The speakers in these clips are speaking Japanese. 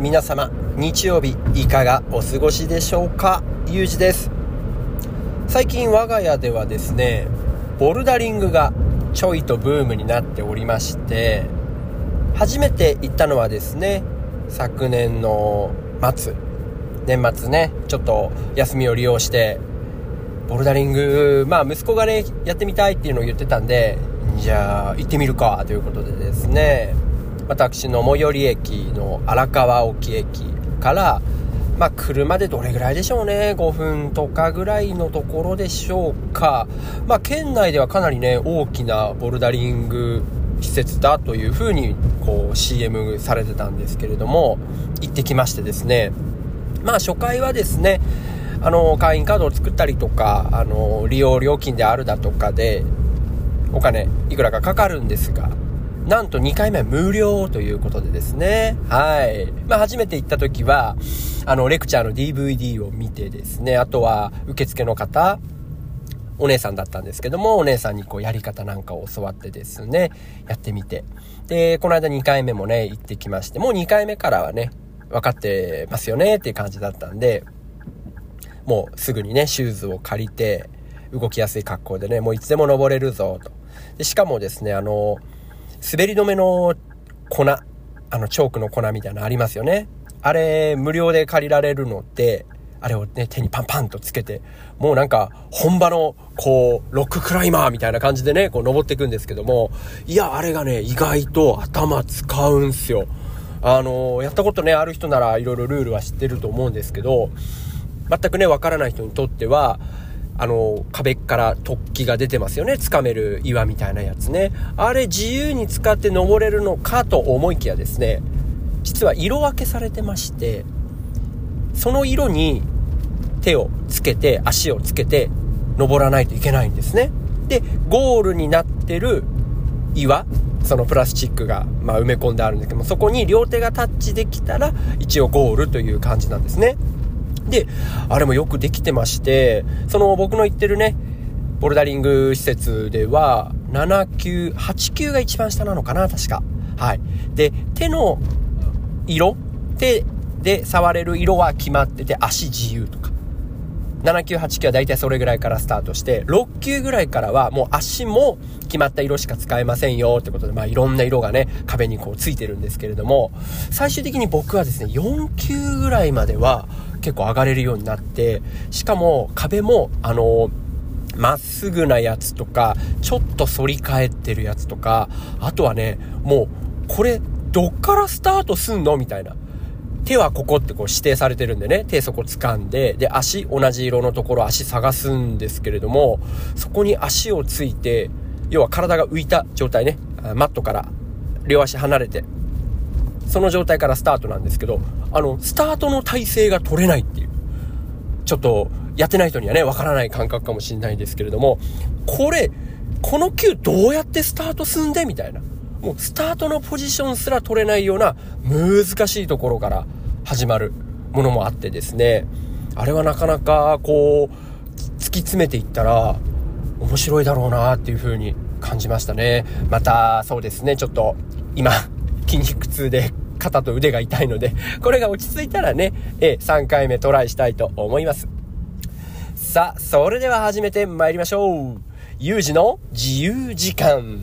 皆様、日曜日いかがお過ごしでしょうか。ゆうじです。最近我が家ではですね、ボルダリングがちょいとブームになっておりまして、初めて行ったのはですね、昨年の年末ね、ちょっと休みを利用してボルダリング、息子がねやってみたいっていうのを言ってたんで、じゃあ行ってみるかということでですね、私の最寄り駅の荒川沖駅から、車でどれぐらいでしょうね、5分とかぐらいのところでしょうか。県内ではかなりね大きなボルダリング施設だというふうにCM されてたんですけれども、行ってきましてですね、初回はですね、会員カードを作ったりとか、利用料金であるだとかでお金いくらかかかるんですが、なんと2回目は無料ということでですね、はい。初めて行った時はレクチャーの DVD を見てですね、あとは受付の方、お姉さんだったんですけども、お姉さんにやり方なんかを教わってですね、やってみて、でこの間2回目もね行ってきまして、もう2回目からはね分かってますよねっていう感じだったんで、もうすぐにねシューズを借りて動きやすい格好でね、もういつでも登れるぞと。でしかもですね、滑り止めの粉、チョークの粉みたいなのありますよね。あれ無料で借りられるので、あれをね手にパンパンとつけて、もうなんか本場のロッククライマーみたいな感じでね登っていくんですけども、いやあれがね意外と頭使うんすよ。やったことねある人ならいろいろルールは知ってると思うんですけど、全くねわからない人にとっては壁から突起が出てますよね、掴める岩みたいなやつね。あれ自由に使って登れるのかと思いきやですね、実は色分けされてまして、その色に手をつけて足をつけて登らないといけないんですね。でゴールになってる岩、そのプラスチックが埋め込んであるんですけども、そこに両手がタッチできたら一応ゴールという感じなんですね。であれもよくできてまして、その僕の行ってるねボルダリング施設では7級8級が一番下なのかな確か。はい。で手の色、手で触れる色は決まってて、足自由とか7級8級はだいたいそれぐらいからスタートして、6級ぐらいからはもう足も決まった色しか使えませんよってことで、いろんな色がね壁についてるんですけれども、最終的に僕はですね4級ぐらいまでは結構上がれるようになって、しかも壁もまっすぐなやつとかちょっと反り返ってるやつとか、あとはねもうこれどっからスタートすんのみたいな、手はここって指定されてるんでね、手そこ掴んで、で足同じ色のところ足探すんですけれども、そこに足をついて、要は体が浮いた状態ね、マットから両足離れて、その状態からスタートなんですけど、スタートの体勢が取れないっていう、ちょっとやってない人にはねわからない感覚かもしれないですけれども、この球どうやってスタートすんでみたいな、もうスタートのポジションすら取れないような難しいところから始まるものもあってですね、あれはなかなか突き詰めていったら面白いだろうなっていう風に感じましたね。またそうですね、ちょっと今筋肉痛で肩と腕が痛いので、これが落ち着いたらね3回目トライしたいと思います。さあそれでは始めてまいりましょう。ゆうじの自由時間。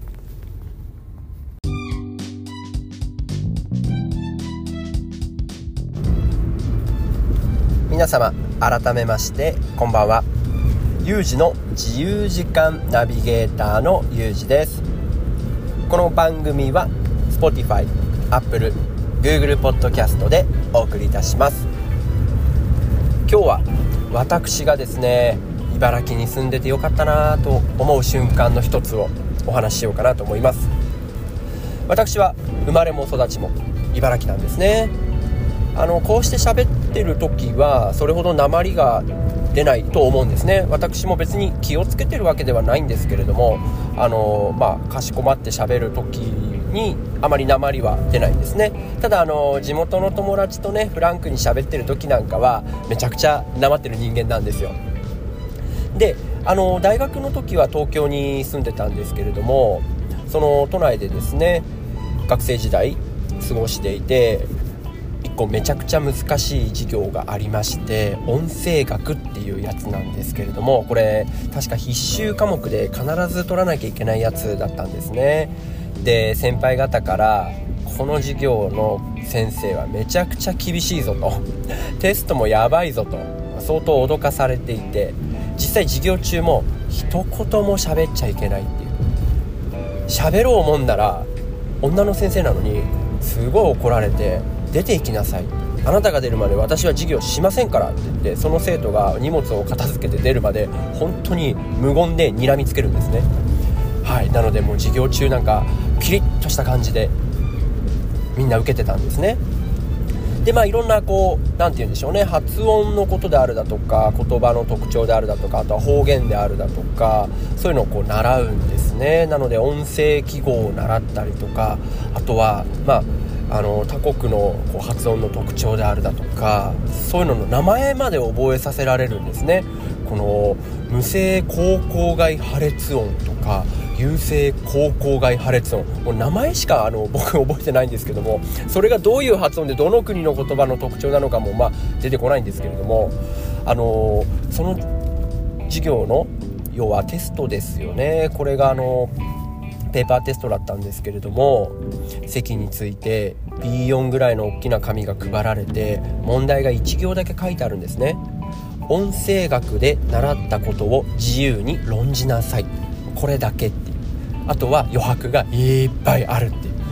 皆様改めましてこんばんは。ゆうじの自由時間ナビゲーターのゆうじです。この番組は Spotify、Apple、Google ポッドキャストでお送りいたします。今日は私がですね茨城に住んでてよかったなと思う瞬間の一つをお話ししようかなと思います。私は生まれも育ちも茨城なんですね。こうして喋ってる時はそれほど訛りが出ないと思うんですね。私も別に気をつけてるわけではないんですけれども、かしこまって喋る時にあまり訛りは出ないんですね。ただ地元の友達とねフランクに喋ってる時なんかはめちゃくちゃ訛ってる人間なんですよ。で大学の時は東京に住んでたんですけれども、その都内でですね学生時代過ごしていて、一個めちゃくちゃ難しい授業がありまして、音声学っていうやつなんですけれども、これ確か必修科目で必ず取らなきゃいけないやつだったんですね。で、先輩方からこの授業の先生はめちゃくちゃ厳しいぞとテストもやばいぞと相当脅かされていて、実際授業中も一言も喋っちゃいけないっていう、喋ろうもんなら女の先生なのにすごい怒られて、出て行きなさい、あなたが出るまで私は授業しませんからって言って、その生徒が荷物を片付けて出るまで本当に無言で睨みつけるんですね。はい、なのでもう授業中なんかピリッとした感じでみんな受けてたんですね。で、いろんななんて言うんでしょうね、発音のことであるだとか、言葉の特徴であるだとか、あとは方言であるだとか、そういうのを習うんですね。なので音声記号を習ったりとか、あとは他国の発音の特徴であるだとか、そういうのの名前まで覚えさせられるんですね。この無声口腔外破裂音とか有声口腔外破裂音、もう名前しか僕覚えてないんですけども、それがどういう発音でどの国の言葉の特徴なのかも出てこないんですけれども、その授業の要はテストですよね。これがペーパーテストだったんですけれども、席について B4 ぐらいの大きな紙が配られて、問題が1行だけ書いてあるんですね。音声学で習ったことを自由に論じなさい、これだけっていう。あとは余白がいっぱいあるっていう、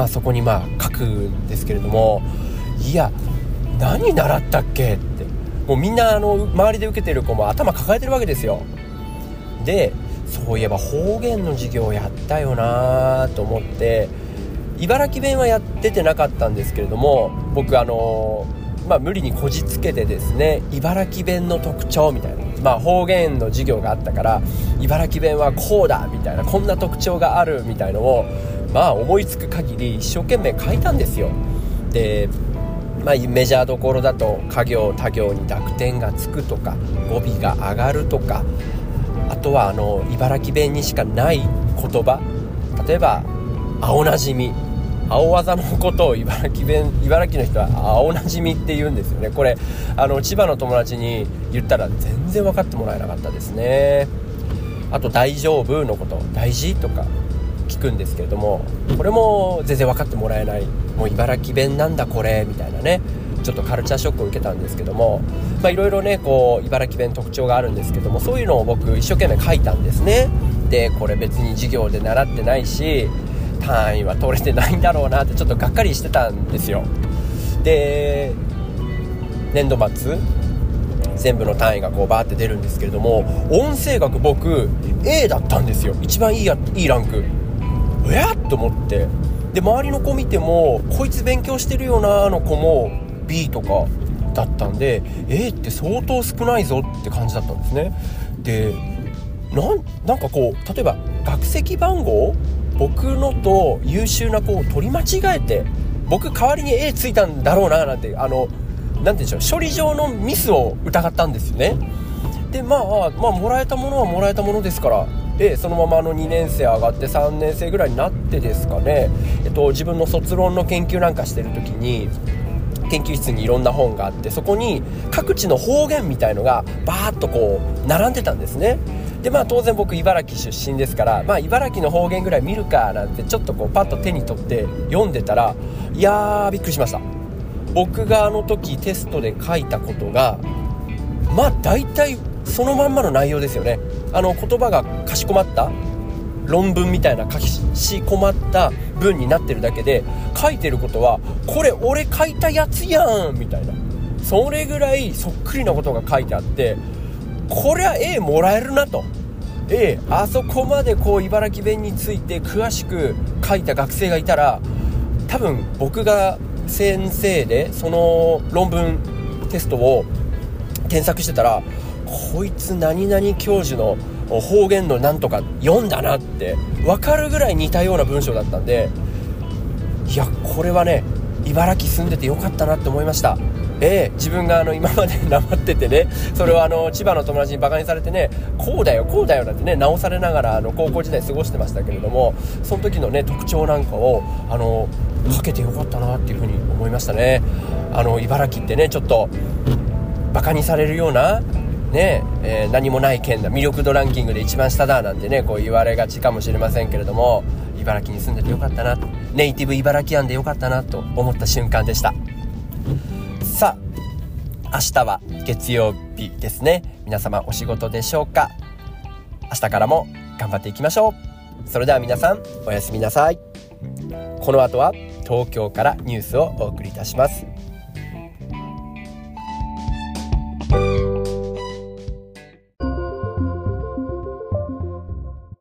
そこに書くんですけれども、いや何習ったっけって、もうみんな周りで受けてる子も頭抱えてるわけですよ。で、そういえば方言の授業やったよなと思って、茨城弁はやっててなかったんですけれども、僕無理にこじつけてですね、茨城弁の特徴みたいな、方言の授業があったから、茨城弁はこうだみたいな、こんな特徴があるみたいのを思いつく限り一生懸命書いたんですよ。で、メジャーどころだと家行他行に濁点がつくとか、語尾が上がるとか、あとは茨城弁にしかない言葉、例えば青なじみ、青技のことを茨城の人は青なじみって言うんですよね。これ千葉の友達に言ったら全然分かってもらえなかったですね。あと大丈夫のこと、大事とか聞くんですけれども、これも全然分かってもらえない、もう茨城弁なんだこれみたいなね、ちょっとカルチャーショックを受けたんですけども、いろいろね茨城弁特徴があるんですけども、そういうのを僕一生懸命書いたんですね。で、これ別に授業で習ってないし単位は取れてないんだろうなってちょっとがっかりしてたんですよ。で、年度末全部の単位がバーって出るんですけれども、音声学僕 A だったんですよ。一番いいランク。っと思って、で周りの子見てもこいつ勉強してるよなの子も B とかだったんで、A って相当少ないぞって感じだったんですね。で、なんか例えば学籍番号、僕のと優秀な子を取り間違えて、僕代わりに A ついたんだろうななんて、なんて言うんでしょう、処理上のミスを疑ったんですよね。で、もらえたものはもらえたものですから、そのまま2年生上がって3年生ぐらいになってですかね、自分の卒論の研究なんかしてる時に研究室にいろんな本があって、そこに各地の方言みたいのがバーッと並んでたんですね。で、当然僕茨城出身ですから、茨城の方言ぐらい見るかなんてちょっとパッと手に取って読んでたら、いやーびっくりしました。僕が時テストで書いたことが大体そのまんまの内容ですよね。言葉がかしこまった論文みたいなかしこまった文になってるだけで、書いてることはこれ俺書いたやつやんみたいな、それぐらいそっくりなことが書いてあって、こりゃ A もらえるなと。あそこまで茨城弁について詳しく書いた学生がいたら、多分僕が先生でその論文テストを添削してたら、こいつ何々教授の方言のなんとか読んだなって分かるぐらい似たような文章だったんで、いやこれはね茨城住んでてよかったなって思いました。 自分が今までなまっててね、それを千葉の友達にバカにされてね、こうだよなんてね直されながら高校時代過ごしてましたけれども、その時のね特徴なんかをかけてよかったなっていうふうに思いましたね。茨城ってねちょっとバカにされるようなね、何もない県だ、魅力度ランキングで一番下だなんてねこう言われがちかもしれませんけれども、茨城に住んでてよかったな、ネイティブ茨城案でよかったなと思った瞬間でした。さあ明日は月曜日ですね。皆様お仕事でしょうか。明日からも頑張っていきましょう。それでは皆さんおやすみなさい。この後は東京からニュースをお送りいたします。